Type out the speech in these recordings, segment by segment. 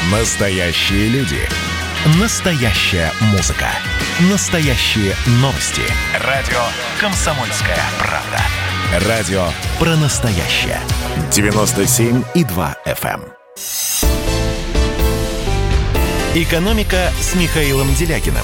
Настоящие люди. Настоящая музыка. Настоящие новости. Радио «Комсомольская правда». Радио про настоящее. 97,2 FM. «Экономика» с Михаилом Делякиным.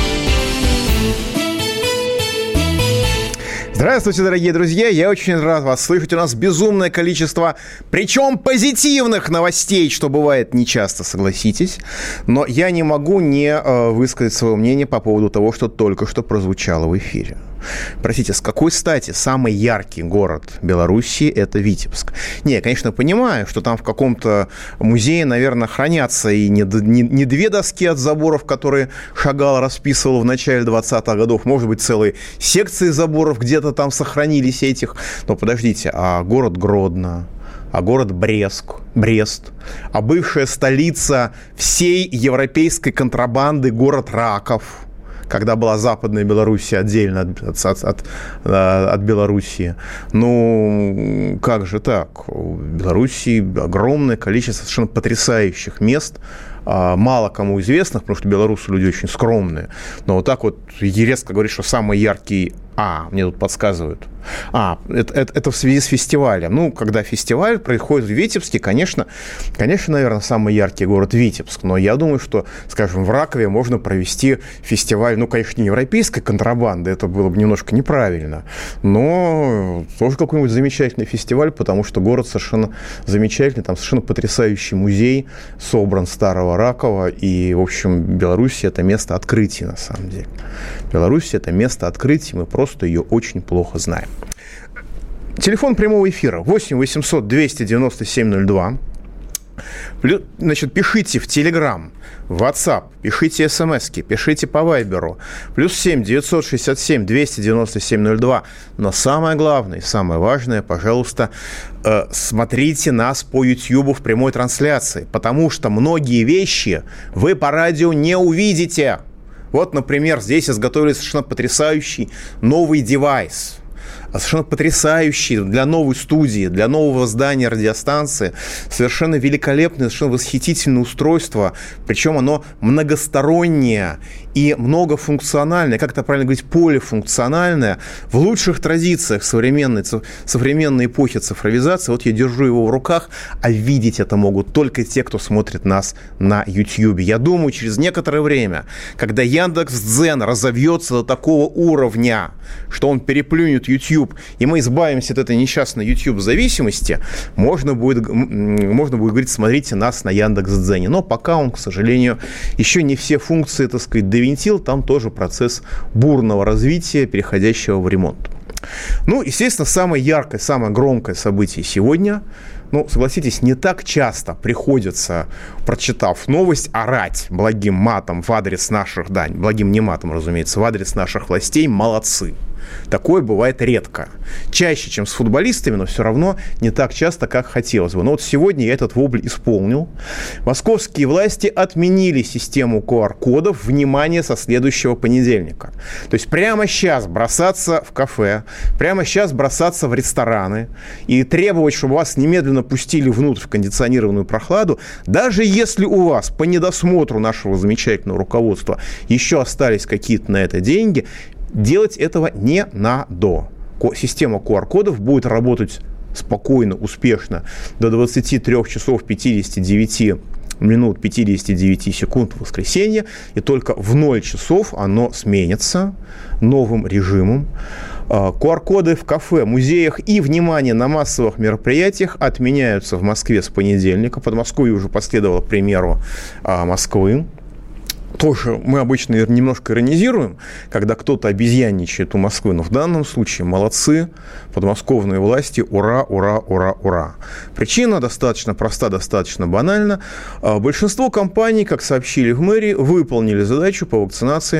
Здравствуйте, дорогие друзья! Я очень рад вас слышать. У нас безумное количество, причем позитивных новостей, что бывает нечасто, согласитесь. Но я не могу не высказать свое мнение по поводу того, что только что прозвучало в эфире. Простите, с какой стати самый яркий город Белоруссии – это Витебск? Не, я, конечно, понимаю, что там в каком-то музее, наверное, хранятся и не две доски от заборов, которые Шагал расписывал в начале 20-х годов, может быть, целые секции заборов где-то там сохранились этих. Но подождите, а город Гродно, а город Брест, а бывшая столица всей европейской контрабанды город Раков, когда была Западная Белоруссия отдельно от Белоруссии. Ну, как же так? В Белоруссии огромное количество совершенно потрясающих мест, мало кому известных, потому что белорусы люди очень скромные. Но вот так вот резко говорить, что самый яркий... мне тут подсказывают. Это в связи с фестивалем. Ну, когда фестиваль происходит в Витебске, конечно, наверное, самый яркий город Витебск. Но я думаю, что, скажем, в Ракове можно провести фестиваль, ну, конечно, не европейской контрабанды, это было бы немножко неправильно, но тоже какой-нибудь замечательный фестиваль, потому что город совершенно замечательный, там совершенно потрясающий музей собран старого Ракова, и, в общем, Беларусь – это место открытий, на самом деле. Беларусь – это место открытий, мы просто ее очень плохо знаем. Телефон прямого эфира 8 800 297 02. Значит, пишите в Telegram, в WhatsApp, пишите смски, пишите по Вайберу. +7 967 297 02. Но самое главное, самое важное, пожалуйста, смотрите нас по YouTube в прямой трансляции, потому что многие вещи вы по радио не увидите. Вот, например, здесь изготовили совершенно потрясающий новый девайс. Совершенно потрясающий для новой студии, для нового здания радиостанции. Совершенно великолепное, совершенно восхитительное устройство. Причем оно многостороннее и многофункциональное. Как это правильно говорить? Полифункциональное. В лучших традициях современной эпохи цифровизации. Вот я держу его в руках, а видеть это могут только те, кто смотрит нас на YouTube. Я думаю, через некоторое время, когда Яндекс.Дзен разовьется до такого уровня, что он переплюнет YouTube, и мы избавимся от этой несчастной YouTube-зависимости, можно будет говорить, смотрите нас на Яндекс.Дзене. Но пока он, к сожалению, еще не все функции, так сказать, довинтил. Там тоже процесс бурного развития, переходящего в ремонт. Ну, естественно, самое яркое, самое громкое событие сегодня. Ну, согласитесь, не так часто приходится, прочитав новость, орать благим матом в адрес наших, благим не матом, разумеется, в адрес наших властей. Молодцы. Такое бывает редко. Чаще, чем с футболистами, но все равно не так часто, как хотелось бы. Но вот сегодня я этот вопль исполнил. Московские власти отменили систему QR-кодов, внимание, со следующего понедельника. То есть прямо сейчас бросаться в кафе, прямо сейчас бросаться в рестораны и требовать, чтобы вас немедленно пустили внутрь в кондиционированную прохладу, даже если у вас по недосмотру нашего замечательного руководства еще остались какие-то на это деньги, делать этого не надо. Система QR-кодов будет работать спокойно, успешно до 23 часов 59 минут 59 секунд в воскресенье, и только в 0 часов оно сменится новым режимом. QR-коды в кафе, музеях и, внимание, на массовых мероприятиях отменяются в Москве с понедельника. Подмосковье уже последовало примеру Москвы. Тоже мы обычно немножко иронизируем, когда кто-то обезьянничает у Москвы, но в данном случае молодцы, подмосковные власти, ура, ура, ура, ура. Причина достаточно проста, достаточно банальна. Большинство компаний, как сообщили в мэрии, выполнили задачу по вакцинации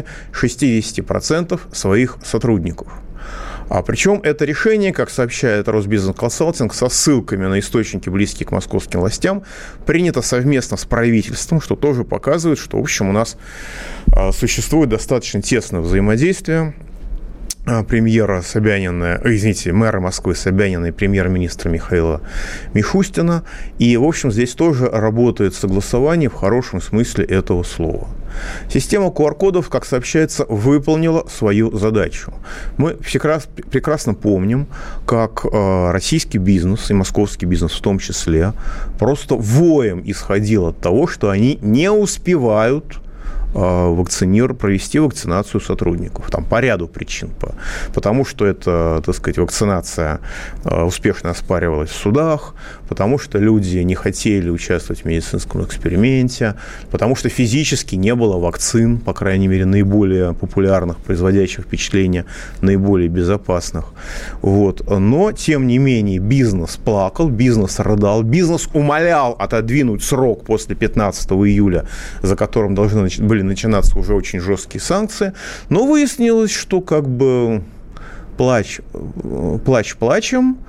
60% своих сотрудников. Причем это решение, как сообщает Росбизнес-консалтинг, со ссылками на источники, близкие к московским властям, принято совместно с правительством, что тоже показывает, что, в общем, у нас существует достаточно тесное взаимодействие премьера Собянина, мэра Москвы Собянина и премьер-министра Михаила Мишустина. И, в общем, здесь тоже работает согласование в хорошем смысле этого слова. Система QR-кодов, как сообщается, выполнила свою задачу. Мы прекрасно помним, как российский бизнес, и московский бизнес в том числе, просто воем исходил от того, что они не успевают провести вакцинацию сотрудников. Там по ряду причин. Потому что эта, так сказать, вакцинация успешно оспаривалась в судах, потому что люди не хотели участвовать в медицинском эксперименте, потому что физически не было вакцин, по крайней мере, наиболее популярных, производящих впечатление, наиболее безопасных. Вот. Но, тем не менее, бизнес плакал, бизнес рыдал, бизнес умолял отодвинуть срок после 15 июля, за которым должны были начинаться уже очень жесткие санкции, но выяснилось, что как бы плач плачем,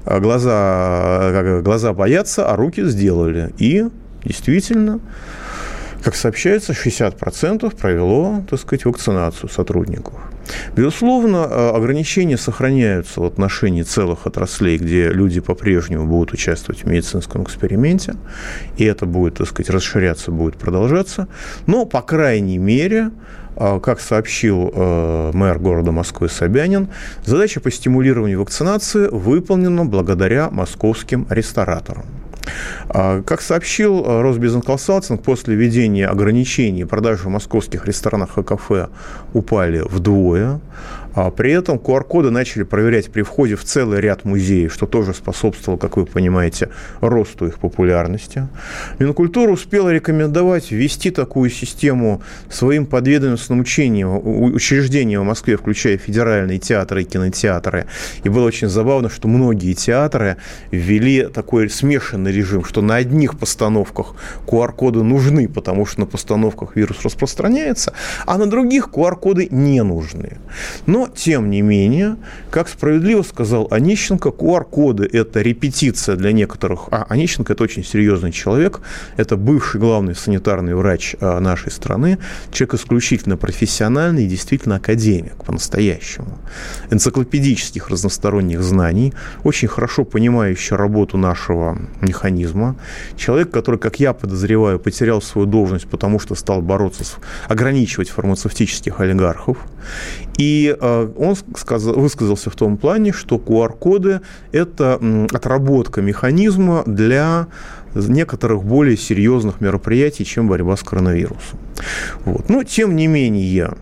глаза боятся, а руки сделали. И действительно, как сообщается, 60% провело, так сказать, вакцинацию сотрудников. Безусловно, ограничения сохраняются в отношении целых отраслей, где люди по-прежнему будут участвовать в медицинском эксперименте, и это будет, так сказать, расширяться, будет продолжаться. Но, по крайней мере, как сообщил мэр города Москвы Собянин, задача по стимулированию вакцинации выполнена благодаря московским рестораторам. Как сообщил Росбизнес-консалтинг, после введения ограничений продажи в московских ресторанах и кафе упали вдвое. При этом QR-коды начали проверять при входе в целый ряд музеев, что тоже способствовало, как вы понимаете, росту их популярности. Минкультура успела рекомендовать ввести такую систему своим подведомственным учреждениям в Москве, включая федеральные театры и кинотеатры. И было очень забавно, что многие театры ввели такой смешанный режим, что на одних постановках QR-коды нужны, потому что на постановках вирус распространяется, а на других QR-коды не нужны. Но, тем не менее, как справедливо сказал Онищенко, QR-коды – это репетиция для некоторых. Онищенко – это очень серьезный человек, это бывший главный санитарный врач нашей страны, человек исключительно профессиональный и действительно академик по-настоящему, энциклопедических разносторонних знаний, очень хорошо понимающий работу нашего механизма, человек, который, как я подозреваю, потерял свою должность, потому что стал ограничивать фармацевтических олигархов. И он высказался в том плане, что QR-коды – это отработка механизма для некоторых более серьезных мероприятий, чем борьба с коронавирусом. Вот. Но, тем не менее,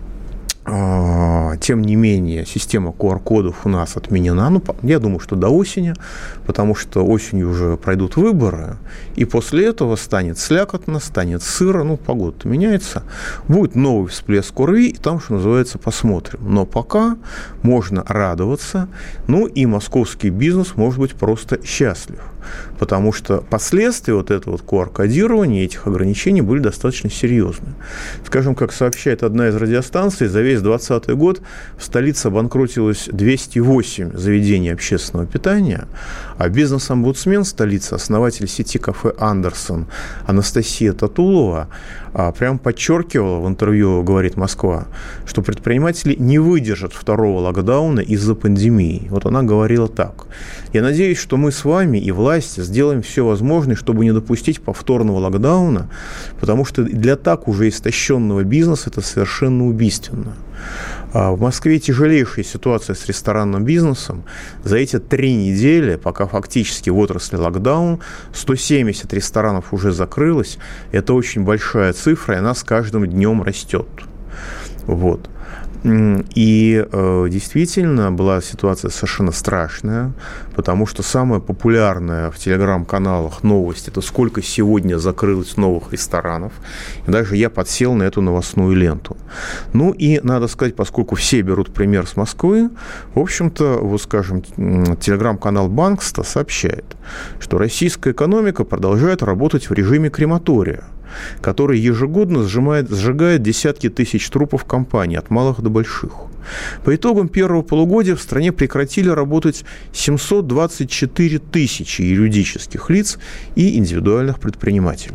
система QR-кодов у нас отменена. Я думаю, что до осени, потому что осенью уже пройдут выборы, и после этого станет слякотно, станет сыро, погода-то меняется, будет новый всплеск ОРВИ, и там, что называется, посмотрим. Но пока можно радоваться, и московский бизнес может быть просто счастлив, потому что последствия этого QR-кодирования, этих ограничений были достаточно серьезны. Скажем, как сообщает одна из радиостанций, за весь 2020 год в столице обанкротилось 208 заведений общественного питания, а бизнес-омбудсмен столицы, основатель сети кафе «Андерсон» Анастасия Татулова прям подчеркивала в интервью «Говорит Москва», что предприниматели не выдержат второго локдауна из-за пандемии. Вот она говорила так: «Я надеюсь, что мы с вами и власти сделаем все возможное, чтобы не допустить повторного локдауна, потому что для так уже истощенного бизнеса это совершенно убийственно». В Москве тяжелейшая ситуация с ресторанным бизнесом. За эти 3 недели, пока фактически в отрасли локдаун, 170 ресторанов уже закрылось. Это очень большая цифра, и она с каждым днем растет. Вот. И действительно была ситуация совершенно страшная, потому что самая популярная в телеграм-каналах новость – это сколько сегодня закрылось новых ресторанов. И даже я подсел на эту новостную ленту. И надо сказать, поскольку все берут пример с Москвы, в общем-то, телеграм-канал Банкста сообщает, что российская экономика продолжает работать в режиме крематория, который ежегодно сжигает десятки тысяч трупов компаний, от малых до больших. По итогам первого полугодия в стране прекратили работать 724 тысячи юридических лиц и индивидуальных предпринимателей.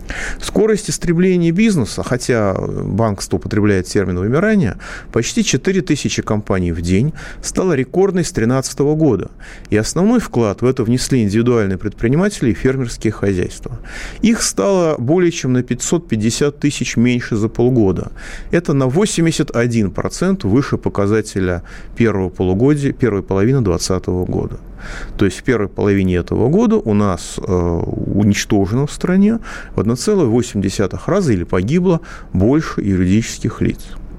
Скорость истребления бизнеса, хотя банковство употребляет термин вымирания, почти 4000 компаний в день стала рекордной с 2013 года. И основной вклад в это внесли индивидуальные предприниматели и фермерские хозяйства. Их стало более чем на 550 тысяч меньше за полгода. Это на 81% выше показателя первой половины 2020 года. То есть в первой половине этого года у нас уничтожено в стране в 1,8 раза или погибло больше юридических лиц.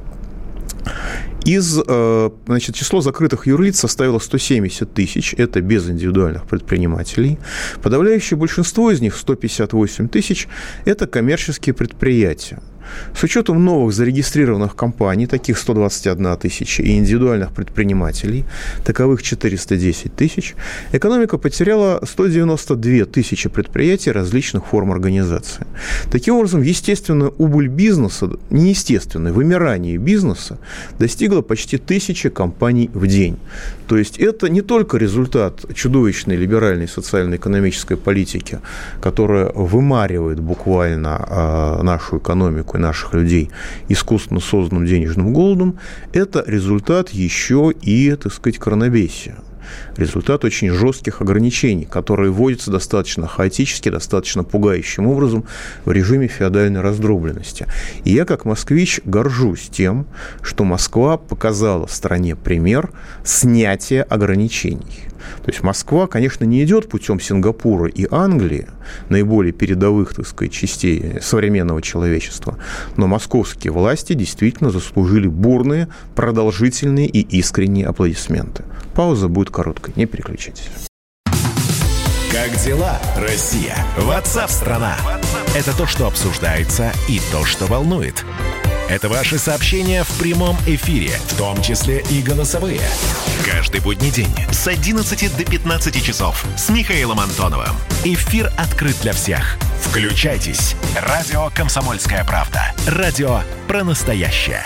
Число закрытых юрлиц составило 170 тысяч, это без индивидуальных предпринимателей. Подавляющее большинство из них, 158 тысяч, это коммерческие предприятия. С учетом новых зарегистрированных компаний, таких 121 тысяча, и индивидуальных предпринимателей, таковых 410 тысяч, экономика потеряла 192 тысячи предприятий различных форм организации. Таким образом, естественная убыль бизнеса, неестественное вымирание бизнеса достигло почти 1000 компаний в день. То есть это не только результат чудовищной либеральной социально-экономической политики, которая вымаривает буквально нашу экономику и наших людей искусственно созданным денежным голодом, это результат еще и, так сказать, коронабесия. Результат очень жестких ограничений, которые вводятся достаточно хаотически, достаточно пугающим образом в режиме феодальной раздробленности. И я, как москвич, горжусь тем, что Москва показала стране пример снятия ограничений. То есть Москва, конечно, не идет путем Сингапура и Англии, наиболее передовых, так сказать, частей современного человечества, но московские власти действительно заслужили бурные, продолжительные и искренние аплодисменты. Пауза будет короткой, не переключайтесь. Как дела, Россия? WhatsApp-страна! Это то, что обсуждается, и то, что волнует. Это ваши сообщения в прямом эфире, в том числе и голосовые. Каждый будний день с 11 до 15 часов с Михаилом Антоновым. Эфир открыт для всех. Включайтесь. Радио «Комсомольская правда». Радио про настоящее.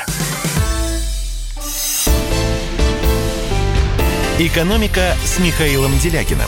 «Экономика» с Михаилом Делякиным.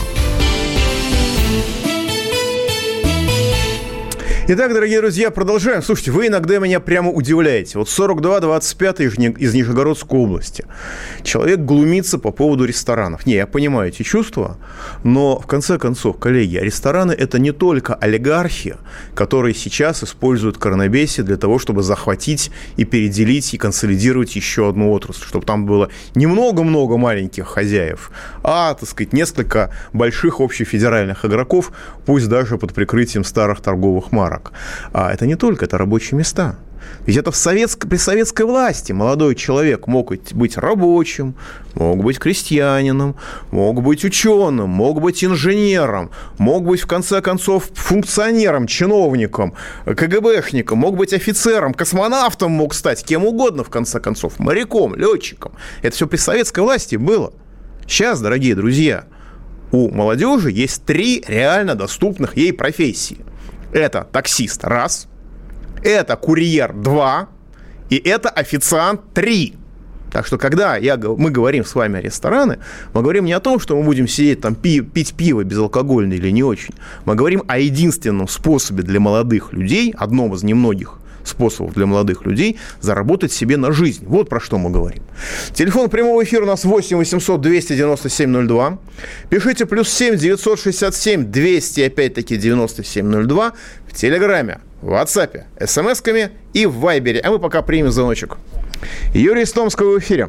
Итак, дорогие друзья, продолжаем. Слушайте, вы иногда меня прямо удивляете. Вот 42-25 из Нижегородской области. Человек глумится по поводу ресторанов. Не, я понимаю эти чувства, но в конце концов, коллеги, рестораны – это не только олигархи, которые сейчас используют коронабесие для того, чтобы захватить и переделить и консолидировать еще одну отрасль, чтобы там было не много-много маленьких хозяев, а, так сказать, несколько больших общефедеральных игроков, пусть даже под прикрытием старых торговых марок. А это не только, это рабочие места. Ведь это при советской власти молодой человек мог быть рабочим, мог быть крестьянином, мог быть ученым, мог быть инженером, мог быть, в конце концов, функционером, чиновником, КГБшником, мог быть офицером, космонавтом мог стать, кем угодно, в конце концов, моряком, летчиком. Это все при советской власти было. Сейчас, дорогие друзья, у молодежи есть 3 реально доступных ей профессии. Это таксист – раз, это курьер – 2, и это официант – 3. Так что, когда мы говорим с вами о рестораны, мы говорим не о том, что мы будем сидеть там, пить пиво безалкогольное или не очень. Мы говорим о единственном способе для молодых людей, одном из немногих способов для молодых людей заработать себе на жизнь. Вот про что мы говорим. Телефон прямого эфира у нас 8 800 297 02. Пишите +7 967 200, опять-таки, 9702 в Телеграме, в WhatsApp, СМС-ками и в Вайбере. А мы пока примем звоночек. Юрий из Томска в эфире.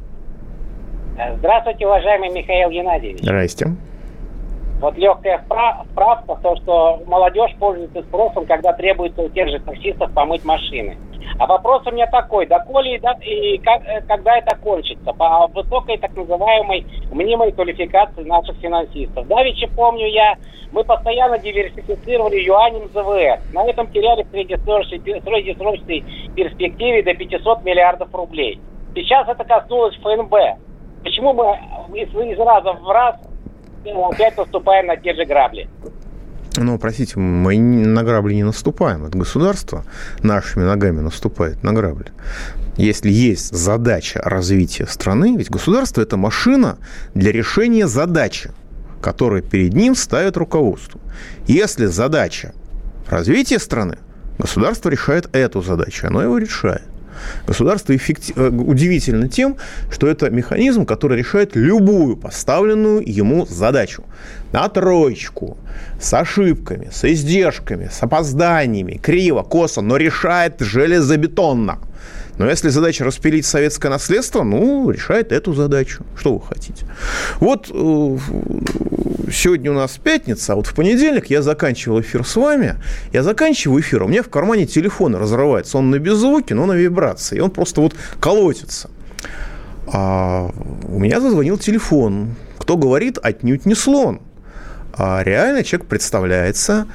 Здравствуйте, уважаемый Михаил Геннадьевич. Здрасте. Вот легкая справка, то, что молодежь пользуется спросом, когда требуется у тех же таксистов помыть машины. А вопрос у меня такой, доколе и когда это кончится? По высокой так называемой мнимой квалификации наших финансистов. Давеча, помню мы постоянно диверсифицировали юанем ЗВС. На этом теряли в среднесрочной перспективе до 500 миллиардов рублей. Сейчас это коснулось ФНБ. Почему мы из раза в раз опять наступаем на те же грабли? Ну, простите, мы на грабли не наступаем. Это государство нашими ногами наступает на грабли. Если есть задача развития страны, ведь государство – это машина для решения задачи, которую перед ним ставит руководство. Если задача развития страны государство решает эту задачу, оно его решает. Государство удивительно тем, что это механизм, который решает любую поставленную ему задачу. На троечку, с ошибками, с издержками, с опозданиями, криво, косо, но решает железобетонно. Но если задача распилить советское наследство, решает эту задачу. Что вы хотите? Вот сегодня у нас пятница, а вот в понедельник я заканчивал эфир с вами. Я заканчиваю эфир, у меня в кармане телефон разрывается. Он на беззвуке, но на вибрации. И он просто вот колотится. А у меня зазвонил телефон. Кто говорит, отнюдь не слон. А реально человек представляется...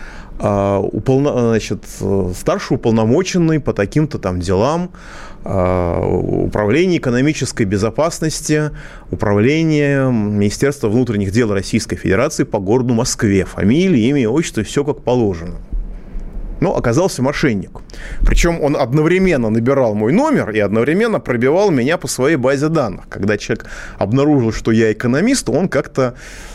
старший уполномоченный по таким-то там делам, Управление экономической безопасности, Управление Министерства внутренних дел Российской Федерации по городу Москве. Фамилия, имя, отчество, все как положено. Но оказался мошенник. Причем он одновременно набирал мой номер и одновременно пробивал меня по своей базе данных. Когда человек обнаружил, что я экономист, он как-то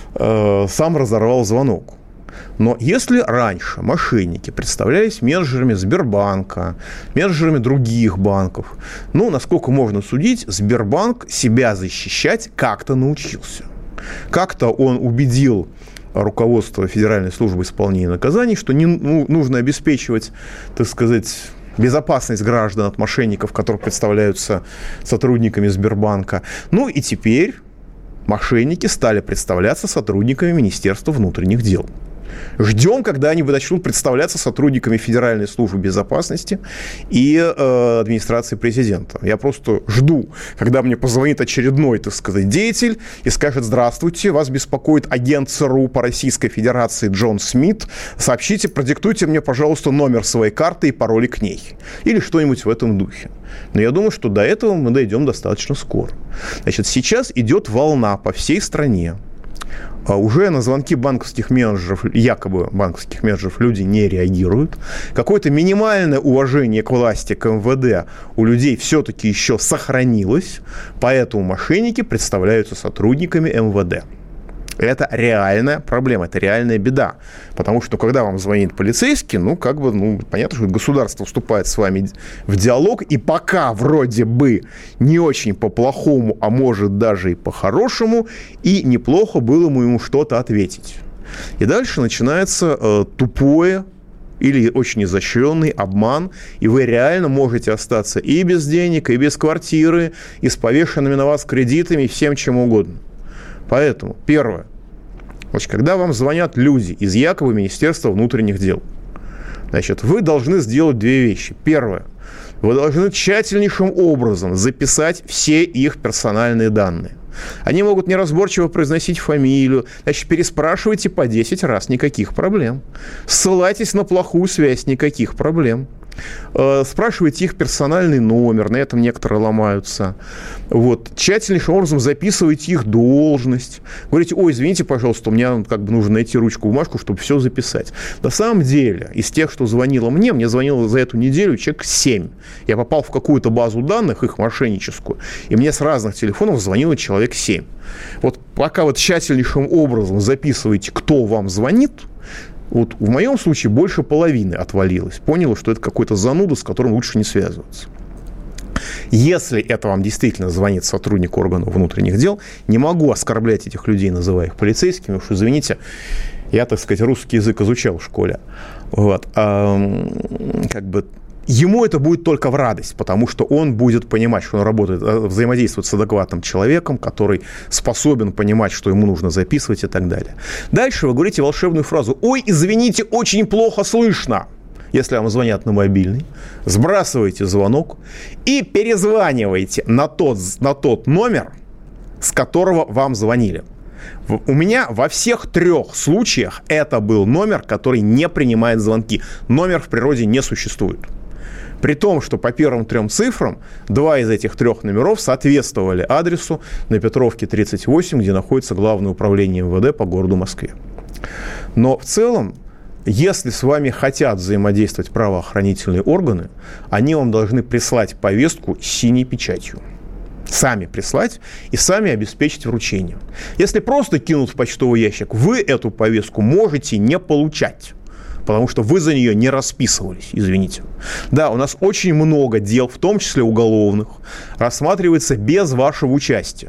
сам разорвал звонок. Но если раньше мошенники представлялись менеджерами Сбербанка, менеджерами других банков, насколько можно судить, Сбербанк себя защищать как-то научился. Как-то он убедил руководство Федеральной службы исполнения наказаний, что не нужно обеспечивать, так сказать, безопасность граждан от мошенников, которые представляются сотрудниками Сбербанка. И теперь мошенники стали представляться сотрудниками Министерства внутренних дел. Ждем, когда они начнут представляться сотрудниками Федеральной службы безопасности и администрации президента. Я просто жду, когда мне позвонит очередной, так сказать, деятель и скажет: здравствуйте, вас беспокоит агент ЦРУ по Российской Федерации Джон Смит. Сообщите, продиктуйте мне, пожалуйста, номер своей карты и пароли к ней. Или что-нибудь в этом духе. Но я думаю, что до этого мы дойдем достаточно скоро. Значит, сейчас идет волна по всей стране. Уже на звонки банковских менеджеров, якобы банковских менеджеров, люди не реагируют. Какое-то минимальное уважение к власти, к МВД у людей все-таки еще сохранилось. Поэтому мошенники представляются сотрудниками МВД. Это реальная проблема, это реальная беда. Потому что, когда вам звонит полицейский, понятно, что государство вступает с вами в диалог, и пока вроде бы не очень по-плохому, а может даже и по-хорошему, и неплохо было ему что-то ответить. И дальше начинается тупое или очень изощренный обман, и вы реально можете остаться и без денег, и без квартиры, и с повешенными на вас кредитами, и всем чем угодно. Поэтому, первое, когда вам звонят люди из якобы Министерства внутренних дел, вы должны сделать две вещи. Первое, вы должны тщательнейшим образом записать все их персональные данные. Они могут неразборчиво произносить фамилию, переспрашивайте по 10 раз, никаких проблем. Ссылайтесь на плохую связь, никаких проблем. Спрашивайте их персональный номер, на этом некоторые ломаются. Тщательнейшим образом записывайте их должность. Говорите: ой, извините, пожалуйста, мне нужно найти ручку, бумажку, чтобы все записать. На самом деле, из тех, что звонило мне звонило за эту неделю человек 7. Я попал в какую-то базу данных, их мошенническую, и мне с разных телефонов звонило человек 7. Пока вы тщательнейшим образом записываете, кто вам звонит, в моем случае больше половины отвалилось. Поняло, что это какой-то зануда, с которым лучше не связываться. Если это вам действительно звонит сотрудник органов внутренних дел, не могу оскорблять этих людей, называя их полицейскими, потому что, извините, я, так сказать, русский язык изучал в школе. Ему это будет только в радость, потому что он будет понимать, что он работает, взаимодействует с адекватным человеком, который способен понимать, что ему нужно записывать и так далее. Дальше вы говорите волшебную фразу: ой, извините, очень плохо слышно. Если вам звонят на мобильный, сбрасываете звонок и перезваниваете на тот номер, с которого вам звонили. У меня во всех 3 случаях это был номер, который не принимает звонки. Номер в природе не существует. При том, что по первым 3 цифрам 2 из этих 3 номеров соответствовали адресу на Петровке 38, где находится Главное управление МВД по городу Москве. Но в целом, если с вами хотят взаимодействовать правоохранительные органы, они вам должны прислать повестку с синей печатью. Сами прислать и сами обеспечить вручение. Если просто кинут в почтовый ящик, вы эту повестку можете не получать. потому что вы за нее не расписывались, извините. Да, у нас очень много дел, в том числе уголовных, рассматривается без вашего участия.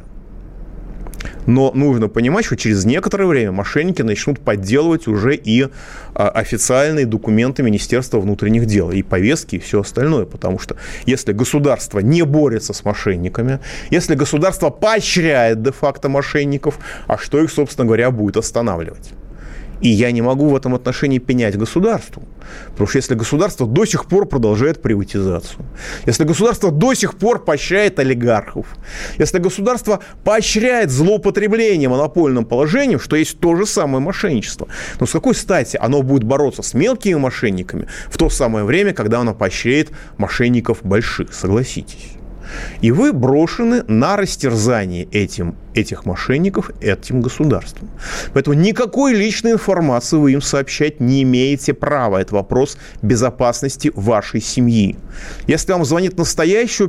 Но нужно понимать, что через некоторое время мошенники начнут подделывать уже и официальные документы Министерства внутренних дел, и повестки, и все остальное. Потому что если государство не борется с мошенниками, если государство поощряет де-факто мошенников, а что их, собственно говоря, будет останавливать? И я не могу в этом отношении пенять государству. Потому что если государство до сих пор продолжает приватизацию, если государство до сих пор поощряет олигархов, если государство поощряет злоупотребление монопольным положением, что есть то же самое мошенничество, но с какой стати оно будет бороться с мелкими мошенниками в то самое время, когда оно поощряет мошенников больших, согласитесь? И вы брошены на растерзание этих мошенников, этим государством. Поэтому никакой личной информации вы им сообщать не имеете права. Это вопрос безопасности вашей семьи. Если вам звонит настоящий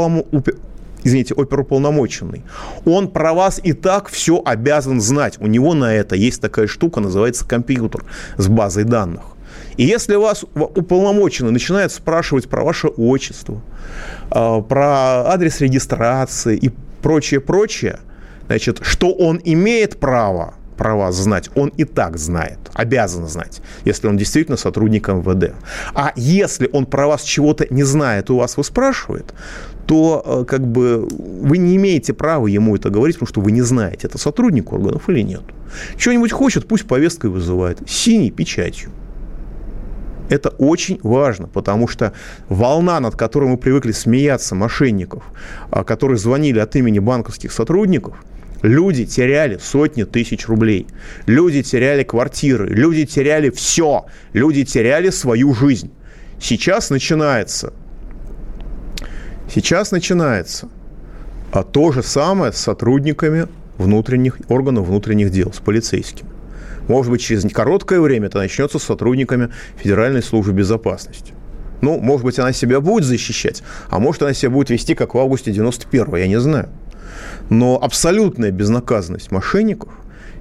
оперуполномоченный, он про вас и так все обязан знать. У него на это есть такая штука, называется компьютер с базой данных. И если вас уполномоченный начинает спрашивать про ваше отчество, про адрес регистрации и прочее, значит, что он имеет право про вас знать, он и так знает, обязан знать, если он действительно сотрудник МВД. А если он про вас чего-то не знает, у вас спрашивает, то как бы вы не имеете права ему это говорить, потому что вы не знаете, это сотрудник органов или нет. Что-нибудь хочет, пусть повесткой вызывает, синей печатью. Это очень важно, потому что волна, над которой мы привыкли смеяться, мошенников, которые звонили от имени банковских сотрудников, люди теряли сотни тысяч рублей, люди теряли квартиры, люди теряли все, люди теряли свою жизнь. Сейчас начинается то же самое с сотрудниками органов внутренних дел, с полицейскими. Может быть, через короткое время это начнется с сотрудниками Федеральной службы безопасности. Ну, может быть, она себя будет защищать, а может, она себя будет вести, как в августе 91-го, я не знаю. Но абсолютная безнаказанность мошенников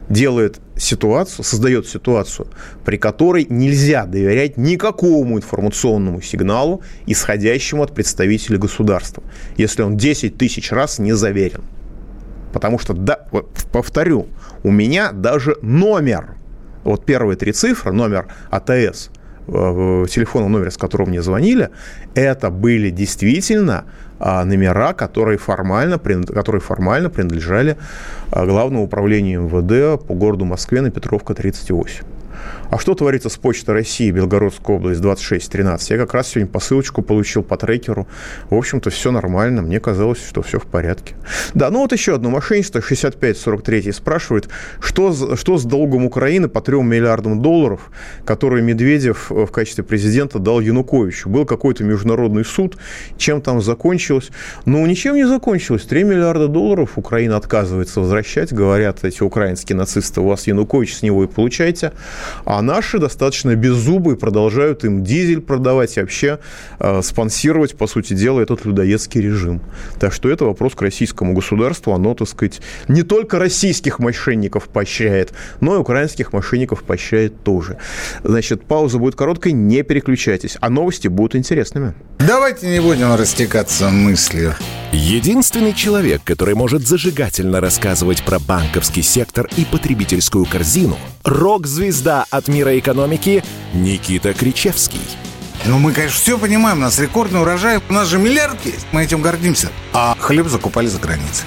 создает ситуацию, при которой нельзя доверять никакому информационному сигналу, исходящему от представителей государства, если он 10 тысяч раз не заверен. Потому что, повторю, у меня даже номер, вот первые 3 цифры, номер АТС, телефонный номер, с которого мне звонили, это были действительно номера, которые формально принадлежали Главному управлению МВД по городу Москве на Петровка, 38. А что творится с Почтой России, Белгородская область, 2613? Я как раз сегодня посылочку получил по трекеру. В общем-то, все нормально. Мне казалось, что все в порядке. Да, ну вот еще одно мошенничество. 6543 спрашивает, что с долгом Украины по 3 миллиардам долларов, которые Медведев в качестве президента дал Януковичу. Был какой-то международный суд. Чем там закончилось? Ну, ничем не закончилось. 3 миллиарда долларов Украина отказывается возвращать. Говорят эти украинские нацисты, у вас Янукович, с него и получайте. А наши достаточно беззубые продолжают им дизель продавать и вообще спонсировать, по сути дела, этот людоедский режим. Так что это вопрос к российскому государству. Оно, так сказать, не только российских мошенников поощряет, но и украинских мошенников поощряет тоже. Значит, пауза будет короткой, не переключайтесь. А новости будут интересными. Давайте не будем растекаться мыслью. Единственный человек, который может зажигательно рассказывать про банковский сектор и потребительскую корзину – рок-звезда от мира экономики Никита Кричевский. Ну, мы, конечно, все понимаем, у нас рекордный урожай, у нас же миллиард есть, мы этим гордимся. А хлеб закупали за границей.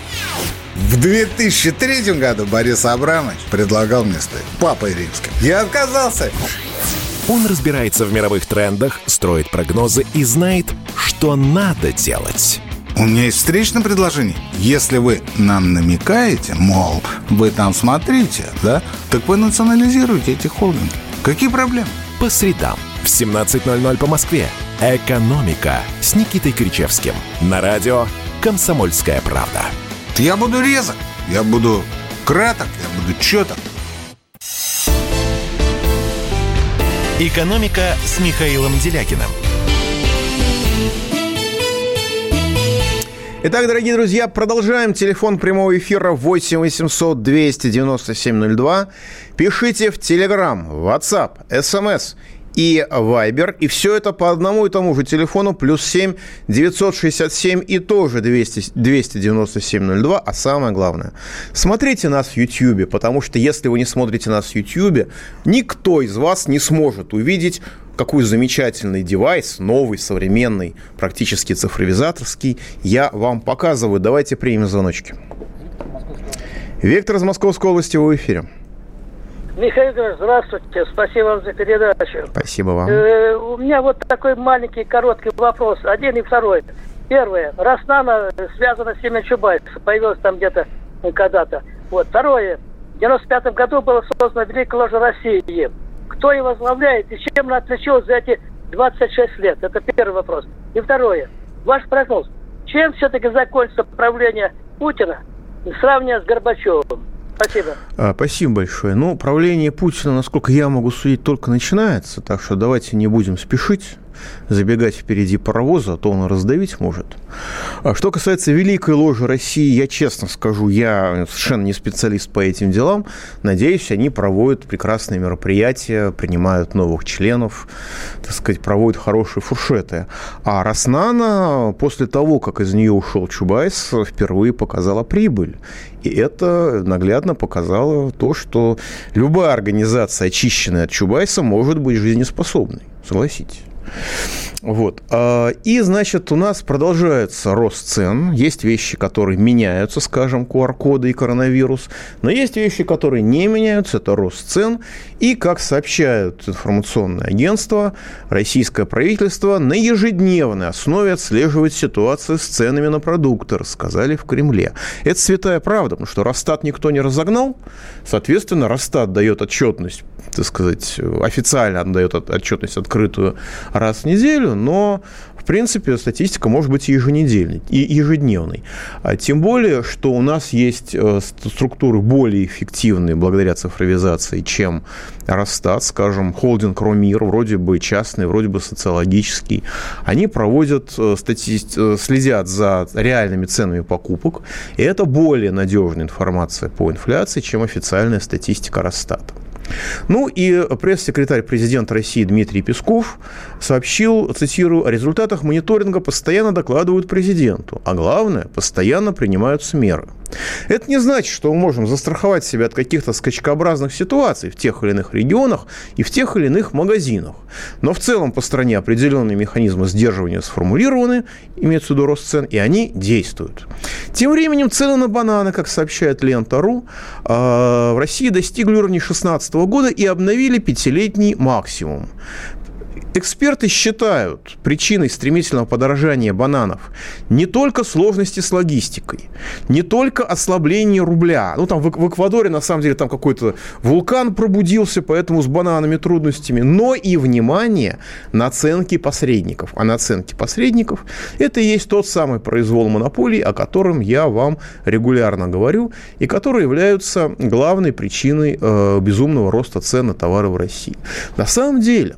В 2003 году Борис Абрамович предлагал мне стать папой римским. Я отказался. Он разбирается в мировых трендах, строит прогнозы и знает, что надо делать. У меня есть встречное предложение. Если вы нам намекаете, мол, вы там смотрите, да, так вы национализируете эти холдинги. Какие проблемы? По средам в 17:00 по Москве. «Экономика» с Никитой Кричевским. На радио «Комсомольская правда». Я буду резок, я буду краток, я буду чёток. «Экономика» с Михаилом Делякиным. Итак, дорогие друзья, продолжаем. Телефон прямого эфира 8 800 297 02. Пишите в Telegram, WhatsApp, SMS и Viber. И все это по одному и тому же телефону. +7 967 и тоже 297 02. А самое главное, смотрите нас в YouTube, потому что если вы не смотрите нас в YouTube, никто из вас не сможет увидеть, какой замечательный девайс, новый, современный, практически цифровизаторский, я вам показываю. Давайте примем звоночки. Виктор из Московской области, вы в эфире. Михаил Иванович, здравствуйте. Спасибо вам за передачу. Спасибо вам. У меня вот такой маленький, короткий вопрос. Один и второй. Первое. Роснана связана с именем Чубайса. Появилась там где-то когда-то. Вот. Второе. В 95 году была создана Великая ложа России. Кто ее возглавляет и чем она отличилась за эти 26 лет? Это первый вопрос. И второе. Ваш прогноз. Чем все-таки закончится правление Путина, сравнивая с Горбачевым? Спасибо. Спасибо большое. Ну, правление Путина, насколько я могу судить, только начинается, так что давайте не будем спешить, забегать впереди паровоза, а то он раздавить может. Что касается Великой ложи России, я честно скажу, я совершенно не специалист по этим делам. Надеюсь, они проводят прекрасные мероприятия, принимают новых членов, так сказать, проводят хорошие фуршеты. А Роснана после того, как из нее ушел Чубайс, впервые показала прибыль. И это наглядно показало то, что любая организация, очищенная от Чубайса, может быть жизнеспособной. Согласитесь. Вот. И, значит, у нас продолжается рост цен. Есть вещи, которые меняются, скажем, QR-коды и коронавирус. Но есть вещи, которые не меняются. Это рост цен. И, как сообщают информационные агентства, российское правительство на ежедневной основе отслеживает ситуацию с ценами на продукты, рассказали в Кремле. Это святая правда, потому что Росстат никто не разогнал. Соответственно, Росстат дает отчетность, так сказать, официально отдает отчетность открытую раз в неделю, но, в принципе, статистика может быть и еженедельной, и ежедневной. Тем более, что у нас есть структуры более эффективные благодаря цифровизации, чем Росстат, скажем, холдинг Ромир, вроде бы частный, вроде бы социологический. Они проводят, следят за реальными ценами покупок, и это более надежная информация по инфляции, чем официальная статистика Росстата. Ну и пресс-секретарь президента России Дмитрий Песков сообщил, цитирую, о результатах мониторинга постоянно докладывают президенту, а главное, постоянно принимаются меры. Это не значит, что мы можем застраховать себя от каких-то скачкообразных ситуаций в тех или иных регионах и в тех или иных магазинах. Но в целом по стране определенные механизмы сдерживания сформулированы, имеется в виду рост цен, и они действуют. Тем временем цены на бананы, как сообщает Лента.ру, в России достигли уровня 2016 года и обновили 5-летний максимум. Эксперты считают причиной стремительного подорожания бананов не только сложности с логистикой, не только ослабление рубля. Ну, там в Эквадоре, на самом деле, там какой-то вулкан пробудился, поэтому с бананами трудностями, но и, внимание, наценки посредников. А наценки посредников – это и есть тот самый произвол монополий, о котором я вам регулярно говорю, и которые являются главной причиной безумного роста цен на товары в России. На самом деле,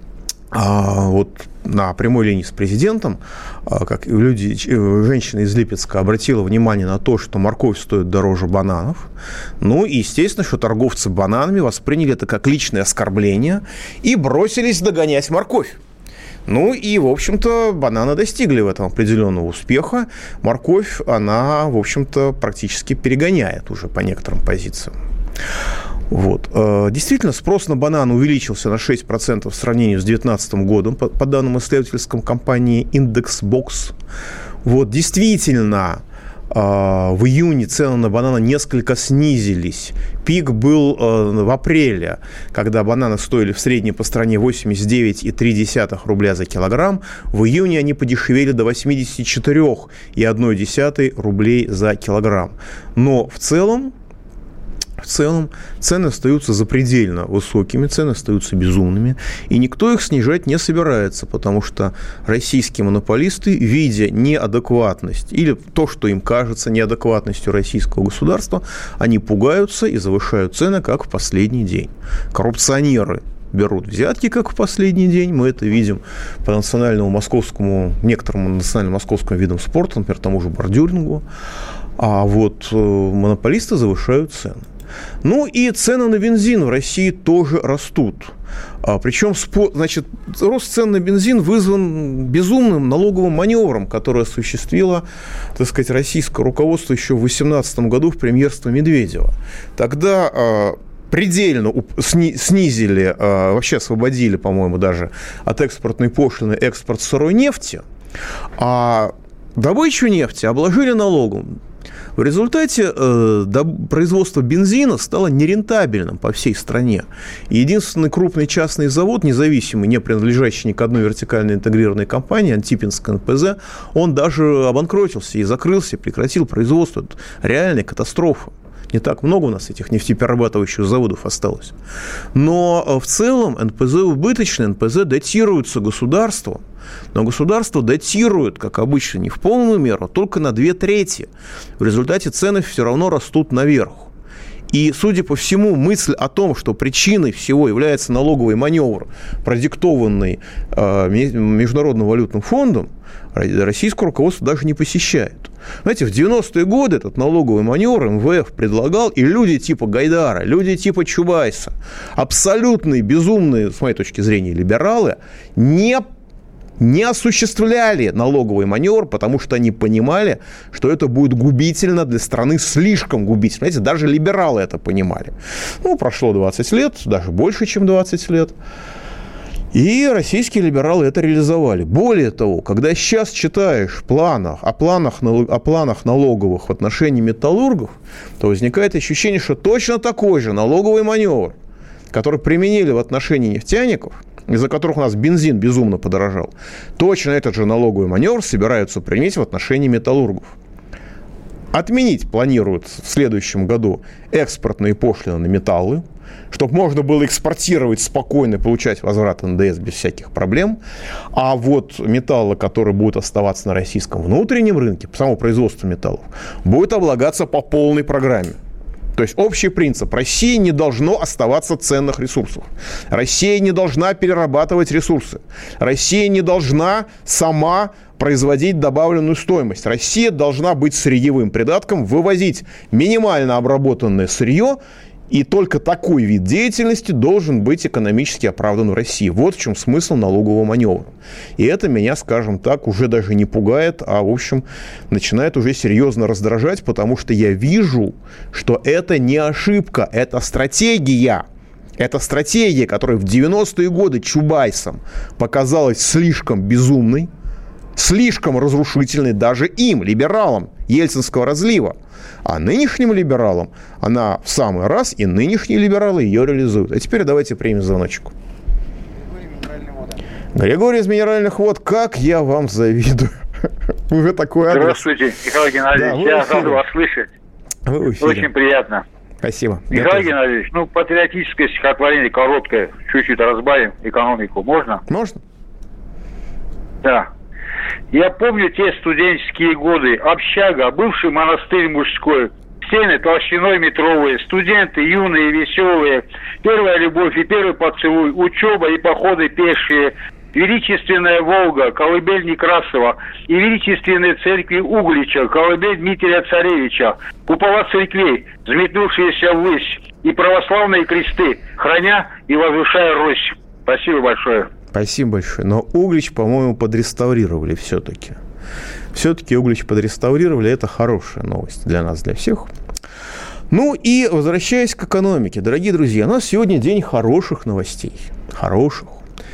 вот на прямой линии с президентом, как женщина из Липецка обратила внимание на то, что морковь стоит дороже бананов. Ну и, естественно, что торговцы бананами восприняли это как личное оскорбление и бросились догонять морковь. Ну и, в общем-то, бананы достигли в этом определенного успеха. Морковь, она, в общем-то, практически перегоняет уже по некоторым позициям. Вот. Действительно, спрос на банан увеличился на 6% в сравнении с 2019 годом, по данным исследовательской компании Indexbox. Вот. Действительно, в июне цены на бананы несколько снизились. Пик был в апреле, когда бананы стоили в среднем по стране 89,3 рубля за килограмм. В июне они подешевели до 84,1 рублей за килограмм. Но в целом цены остаются запредельно высокими, цены остаются безумными, и никто их снижать не собирается, потому что российские монополисты, видя неадекватность или то, что им кажется неадекватностью российского государства, они пугаются и завышают цены, как в последний день. Коррупционеры берут взятки, как в последний день. Мы это видим по некоторым национальным московским видам спорта, например, тому же бордюрингу. А вот монополисты завышают цены. Ну и цены на бензин в России тоже растут. Причем, значит, рост цен на бензин вызван безумным налоговым маневром, который осуществило, так сказать, российское руководство еще в 2018 году в премьерстве Медведева. Тогда предельно снизили, вообще освободили, по-моему, даже от экспортной пошлины экспорт сырой нефти, а добычу нефти обложили налогом. В результате производство бензина стало нерентабельным по всей стране. И единственный крупный частный завод, независимый, не принадлежащий ни к одной вертикально интегрированной компании, Антипинское НПЗ, он даже обанкротился и закрылся, прекратил производство. Это реальная катастрофа. Не так много у нас этих нефтеперерабатывающих заводов осталось. Но в целом НПЗ убыточные, НПЗ датируются государством. Но государство датирует, как обычно, не в полную меру, а только на 2/3. В результате цены все равно растут наверх. И, судя по всему, мысль о том, что причиной всего является налоговый маневр, продиктованный Международным валютным фондом, российское руководство даже не посещает. Знаете, в 90-е годы этот налоговый маневр МВФ предлагал, и люди типа Гайдара, люди типа Чубайса, абсолютные, безумные, с моей точки зрения, либералы, не осуществляли налоговый маневр, потому что они понимали, что это будет губительно для страны, слишком губительно. Знаете, даже либералы это понимали. Прошло 20 лет, даже больше, чем 20 лет. И российские либералы это реализовали. Более того, когда сейчас читаешь о планах налоговых в отношении металлургов, то возникает ощущение, что точно такой же налоговый маневр, который применили в отношении нефтяников, из-за которых у нас бензин безумно подорожал, точно этот же налоговый маневр собираются применить в отношении металлургов. Отменить планируют в следующем году экспортные пошлины на металлы, чтобы можно было экспортировать спокойно и получать возврат НДС без всяких проблем. А вот металлы, которые будут оставаться на российском внутреннем рынке, само производство металлов, будет облагаться по полной программе. То есть общий принцип: России не должно оставаться ценных ресурсов. Россия не должна перерабатывать ресурсы. Россия не должна сама производить добавленную стоимость. Россия должна быть сырьевым придатком, вывозить минимально обработанное сырье, и только такой вид деятельности должен быть экономически оправдан в России. Вот в чем смысл налогового маневра. И это меня, скажем так, уже даже не пугает, а, в общем, начинает уже серьезно раздражать, потому что я вижу, что это не ошибка, это стратегия. Это стратегия, которая в 90-е годы Чубайсом показалась слишком безумной, слишком разрушительной даже им, либералам Ельцинского разлива. А нынешним либералам она в самый раз, и нынешние либералы ее реализуют. А теперь давайте примем звоночек. Григорий из Минеральных вод, как я вам завидую. Вы такой адрес. Здравствуйте, Михаил Геннадьевич, я рад вас слышать. Очень приятно. Спасибо. Михаил Геннадьевич, патриотическое стихотворение короткое, чуть-чуть разбавим экономику. Можно? Можно. Да. Я помню те студенческие годы. Общага, бывший монастырь мужской. Стены толщиной метровые. Студенты юные, веселые. Первая любовь и первый поцелуй. Учеба и походы пешие. Величественная Волга, колыбель Некрасова. И величественные церкви Углича, колыбель Дмитрия Царевича. Купола церквей, взметнувшиеся ввысь. И православные кресты, храня и возвышая Русь. Спасибо большое. Спасибо большое. Но Углич, по-моему, подреставрировали все-таки. Все-таки Углич подреставрировали. Это хорошая новость для нас, для всех. И возвращаясь к экономике. Дорогие друзья, у нас сегодня день хороших новостей. Хороших.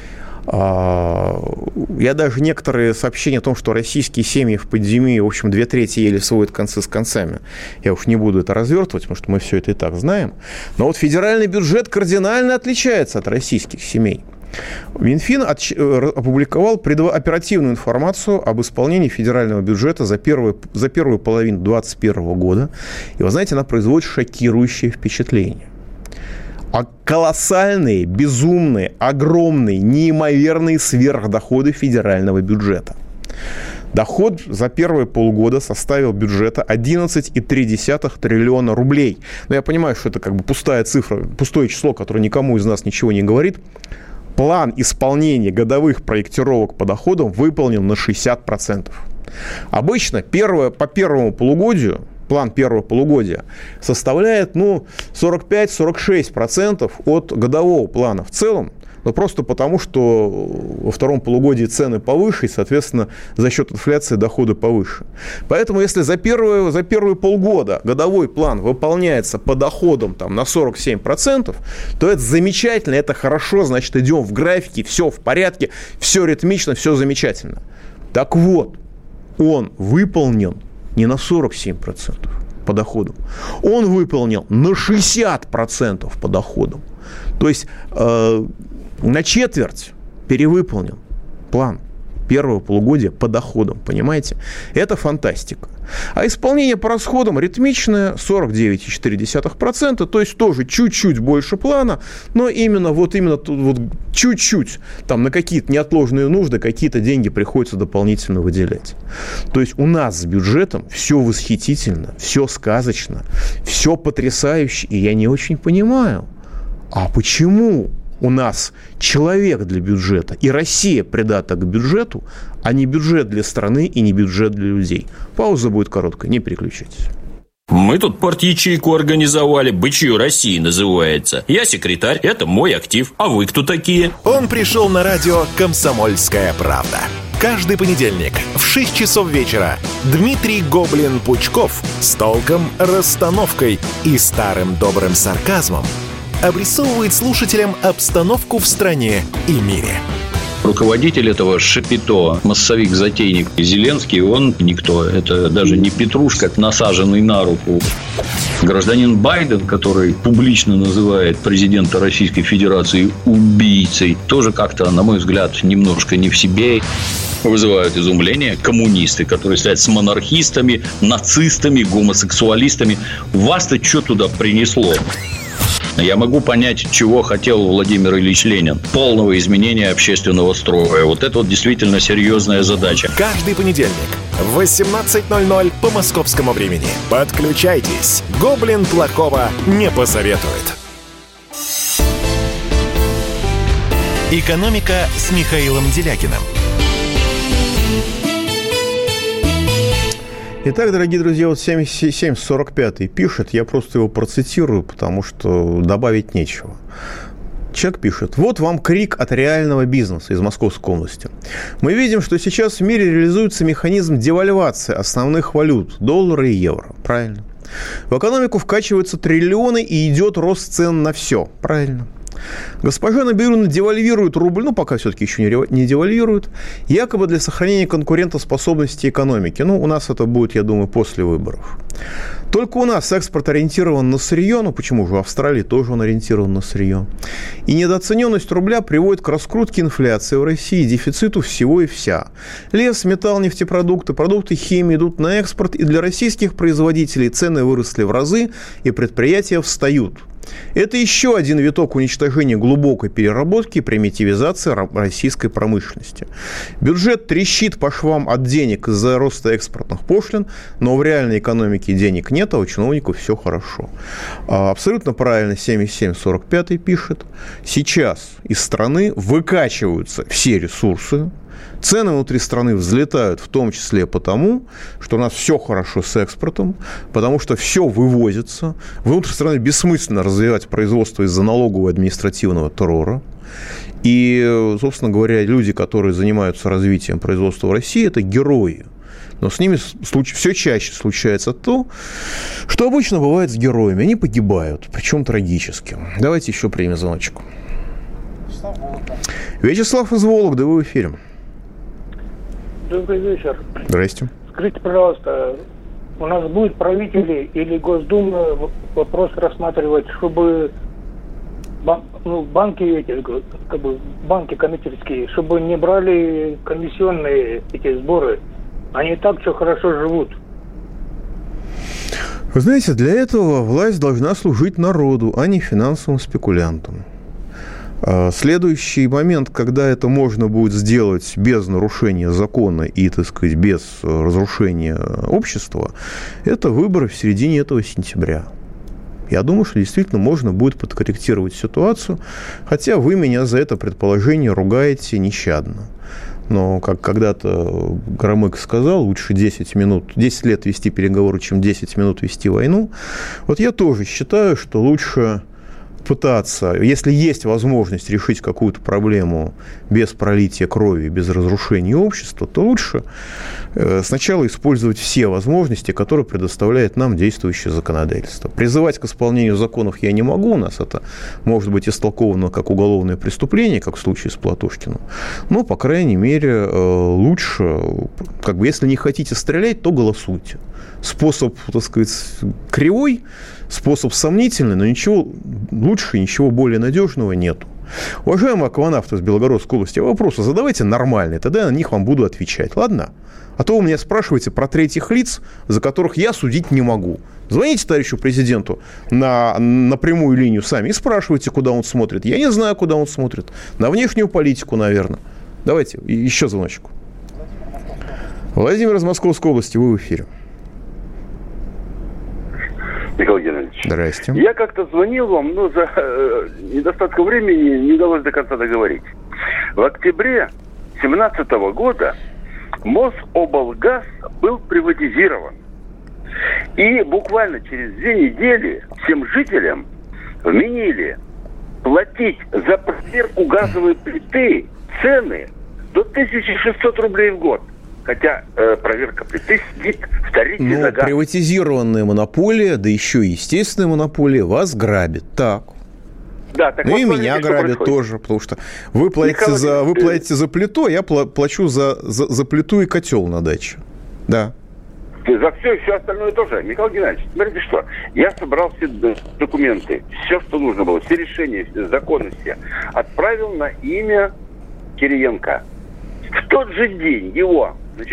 Я даже некоторые сообщения о том, что российские семьи в пандемии, в общем, 2/3 еле сводят концы с концами. Я уж не буду это развертывать, потому что мы все это и так знаем. Но вот федеральный бюджет кардинально отличается от российских семей. Минфин опубликовал оперативную информацию об исполнении федерального бюджета за первую половину 2021 года. И вы знаете, она производит шокирующее впечатление. Колоссальные, безумные, огромные, неимоверные сверхдоходы федерального бюджета. Доход за первые полгода составил бюджета 11,3 триллиона рублей. Но я понимаю, что это как бы пустая цифра, пустое число, которое никому из нас ничего не говорит. План исполнения годовых проектировок по доходам выполнен на 60%. Обычно по первому полугодию, план первого полугодия составляет 45-46% от годового плана. В целом, но просто потому, что во втором полугодии цены повыше, и, соответственно, за счет инфляции доходы повыше. Поэтому, если за первые полгода годовой план выполняется по доходам там, на 47%, то это замечательно, это хорошо, значит, идем в графике, все в порядке, все ритмично, все замечательно. Так вот, он выполнен не на 47% по доходам, он выполнил на 60% по доходам. То есть на четверть перевыполнен план первого полугодия по доходам, понимаете? Это фантастика. А исполнение по расходам ритмичное, 49,4%, то есть тоже чуть-чуть больше плана, но именно чуть-чуть, там на какие-то неотложные нужды какие-то деньги приходится дополнительно выделять. То есть у нас с бюджетом все восхитительно, все сказочно, все потрясающе, и я не очень понимаю, а почему у нас человек для бюджета, и Россия придата к бюджету, а не бюджет для страны и не бюджет для людей. Пауза будет короткая, не переключайтесь. Мы тут парт-ячейку организовали, «Бычье России» называется. Я секретарь, это мой актив. А вы кто такие? Он пришел на радио «Комсомольская правда». Каждый понедельник в 6 часов вечера Дмитрий Гоблин-Пучков с толком, расстановкой и старым добрым сарказмом обрисовывает слушателям обстановку в стране и мире. Руководитель этого шапито, массовик-затейник Зеленский, он никто. Это даже не петрушка, насаженный на руку. Гражданин Байден, который публично называет президента Российской Федерации убийцей, тоже как-то, на мой взгляд, немножко не в себе. Вызывают изумление коммунисты, которые стоят с монархистами, нацистами, гомосексуалистами. Вас-то что туда принесло? Я могу понять, чего хотел Владимир Ильич Ленин. Полного изменения общественного строя. Вот это вот действительно серьезная задача. Каждый понедельник в 18:00 по московскому времени. Подключайтесь. Гоблин плохого не посоветует. «Экономика» с Михаилом Делякиным. Итак, дорогие друзья, вот 7745 пишет, я просто его процитирую, потому что добавить нечего. Человек пишет: вот вам крик от реального бизнеса из Московской области. Мы видим, что сейчас в мире реализуется механизм девальвации основных валют – доллара и евро. Правильно. В экономику вкачиваются триллионы и идет рост цен на все. Правильно. Госпожа Набиуллина девальвирует рубль, пока все-таки еще не девальвирует, якобы для сохранения конкурентоспособности экономики. У нас это будет, я думаю, после выборов. Только у нас экспорт ориентирован на сырье, почему же в Австралии тоже он ориентирован на сырье. И недооцененность рубля приводит к раскрутке инфляции в России, дефициту всего и вся. Лес, металл, нефтепродукты, продукты химии идут на экспорт, и для российских производителей цены выросли в разы, и предприятия встают. Это еще один виток уничтожения глубокой переработки и примитивизации российской промышленности. Бюджет трещит по швам от денег из-за роста экспортных пошлин, но в реальной экономике денег нет, а у чиновников все хорошо. Абсолютно правильно 7745 пишет. Сейчас из страны выкачиваются все ресурсы. Цены внутри страны взлетают, в том числе потому, что у нас все хорошо с экспортом, потому что все вывозится. Внутри страны бессмысленно развивать производство из-за налогового и административного террора. И, собственно говоря, люди, которые занимаются развитием производства в России, это герои. Но с ними все чаще случается то, что обычно бывает с героями. Они погибают, причем трагически. Давайте еще примем звоночек. Вячеслав из Вологды, вы в эфире. Добрый вечер. Здрасте. Скажите, пожалуйста, у нас будут правители или Госдума вопрос рассматривать, чтобы банки банки коммерческие, чтобы не брали комиссионные эти сборы. Они и так все хорошо живут. Вы знаете, для этого власть должна служить народу, а не финансовым спекулянтам. Следующий момент, когда это можно будет сделать без нарушения закона и, так сказать, без разрушения общества, это выборы в середине этого сентября. Я думаю, что действительно можно будет подкорректировать ситуацию, хотя вы меня за это предположение ругаете нещадно. Но, как когда-то Громыко сказал, лучше 10 лет вести переговоры, чем 10 минут вести войну. Вот я тоже считаю, что лучше пытаться, если есть возможность решить какую-то проблему без пролития крови, без разрушения общества, то лучше сначала использовать все возможности, которые предоставляет нам действующее законодательство. Призывать к исполнению законов я не могу, у нас это может быть истолковано как уголовное преступление, как в случае с Платошкиным, но, по крайней мере, лучше, если не хотите стрелять, то голосуйте. Способ, так сказать, кривой, способ сомнительный, но ничего лучше, ничего более надежного нету. Уважаемые акванавты из Белгородской области, вопросы задавайте нормальные, тогда я на них вам буду отвечать, ладно? А то вы меня спрашиваете про третьих лиц, за которых я судить не могу. Звоните товарищу президенту на прямую линию сами и спрашивайте, куда он смотрит. Я не знаю, куда он смотрит. На внешнюю политику, наверное. Давайте, еще звоночек. Владимир из Московской области, вы в эфире. Михаил Геннадьевич. Здрасте. Я как-то звонил вам, но за недостатком времени не удалось до конца договорить. В октябре 2017 года Мособлгаз был приватизирован. И буквально через 2 недели всем жителям вменили платить за проверку газовой плиты цены до 1600 рублей в год. Хотя проверка плиты сидит в тарифе за газ. Приватизированная монополия, да еще и естественная монополия вас грабит. Так. Да, так и меня грабят тоже, потому что вы платите за плиту, а я плачу за плиту и котел на даче. Да. За все и все остальное тоже. Михаил Геннадьевич, смотрите что. Я собрал все документы, все, что нужно было, все решения, законы все. Отправил на имя Кириенко. В тот же день его,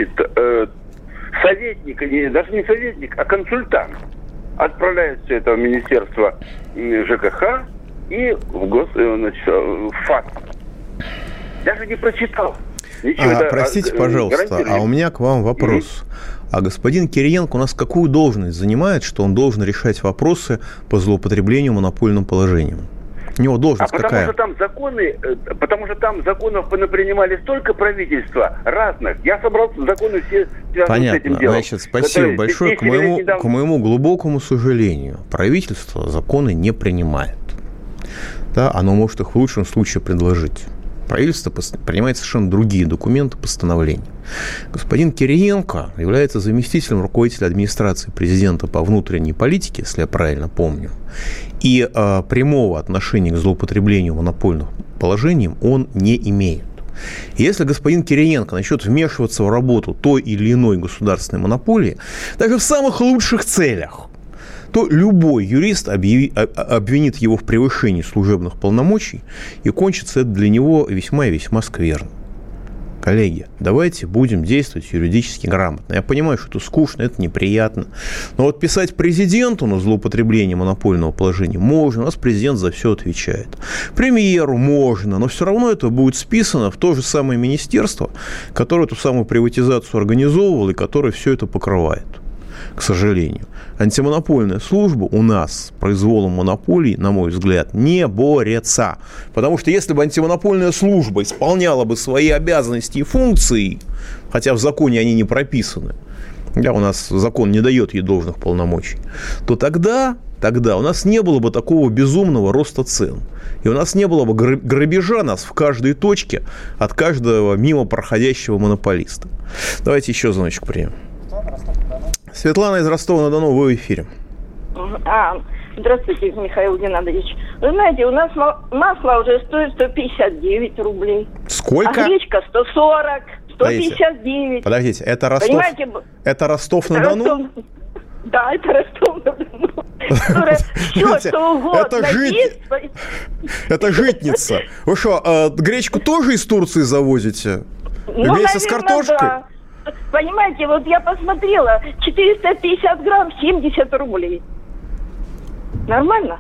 советник, даже не советник, а консультант отправляет все это в Министерство ЖКХ и в ФАТ. Даже не прочитал. Простите, пожалуйста, а у меня к вам вопрос. А господин Кириенко у нас какую должность занимает, что он должен решать вопросы по злоупотреблению монопольным положением? У него должность какая? Потому что там законов понапринимали столько правительства разных. Я собрал законы все связанные с этим делом. Значит, спасибо большое. К моему глубокому сожалению, правительство законы не принимает. Да, оно может их в лучшем случае предложить. Правительство принимает совершенно другие документы, постановления. Господин Кириенко является заместителем руководителя администрации президента по внутренней политике, если я правильно помню, и прямого отношения к злоупотреблению монопольным положением он не имеет. Если господин Кириенко начнет вмешиваться в работу той или иной государственной монополии, даже в самых лучших целях, то любой юрист обвинит его в превышении служебных полномочий, и кончится это для него весьма и весьма скверно. Коллеги, давайте будем действовать юридически грамотно. Я понимаю, что это скучно, это неприятно. Но вот писать президенту на злоупотребление монопольного положения можно. У нас президент за все отвечает. Премьеру можно, но все равно это будет списано в то же самое министерство, которое эту самую приватизацию организовывало и которое все это покрывает. К сожалению. Антимонопольная служба у нас с произволом монополий, на мой взгляд, не борется. Потому что если бы антимонопольная служба исполняла бы свои обязанности и функции, хотя в законе они не прописаны, да, у нас закон не дает ей должных полномочий, то тогда у нас не было бы такого безумного роста цен. И у нас не было бы грабежа нас в каждой точке от каждого мимо проходящего монополиста. Давайте еще звоночек примем. Светлана из Ростова-на-Дону, вы в эфире. Здравствуйте, Михаил Геннадьевич. Вы знаете, у нас масло уже стоит 159 рублей. Сколько? А гречка 140, 159. Подождите, это Ростов? Понимаете, это Ростов-на-Дону? Да, это Ростов-на-Дону. Все, что угодно. Это житница. Вы что, гречку тоже из Турции завозите? Вместе с картошкой? Да. Понимаете, вот я посмотрела, 450 грамм, 70 рублей. Нормально?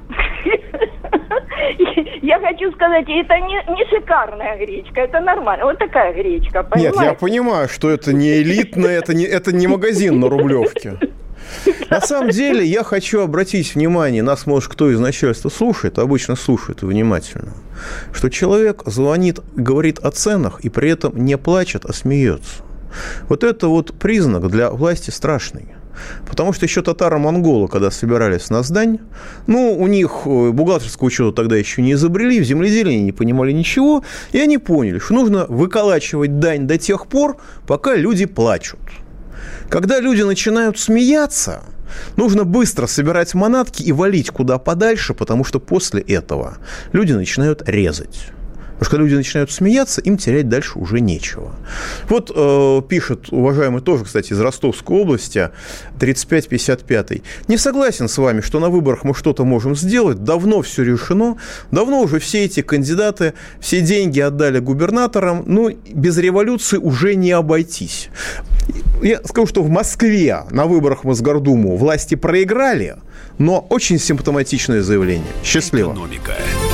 Я хочу сказать, это не шикарная гречка, это нормально. Вот такая гречка, понимаете? Нет, я понимаю, что это не элитная, это не магазин на Рублевке. На самом деле, я хочу обратить внимание, нас, может, кто из начальства слушает, обычно слушает внимательно, что человек звонит, говорит о ценах и при этом не плачет, а смеется. Вот это вот признак для власти страшный. Потому что еще татаро-монголы, когда собирались на сдань, у них бухгалтерского учета тогда еще не изобрели, в земледелии не понимали ничего, и они поняли, что нужно выколачивать дань до тех пор, пока люди плачут. Когда люди начинают смеяться, нужно быстро собирать манатки и валить куда подальше, потому что после этого люди начинают резать. Потому что когда люди начинают смеяться, им терять дальше уже нечего. Вот пишет уважаемый тоже, кстати, из Ростовской области, 3555. Не согласен с вами, что на выборах мы что-то можем сделать. Давно все решено. Давно уже все эти кандидаты все деньги отдали губернаторам. Без революции уже не обойтись. Я скажу, что в Москве на выборах в Мосгордуму власти проиграли, но очень симптоматичное заявление. Счастливо. Экономика.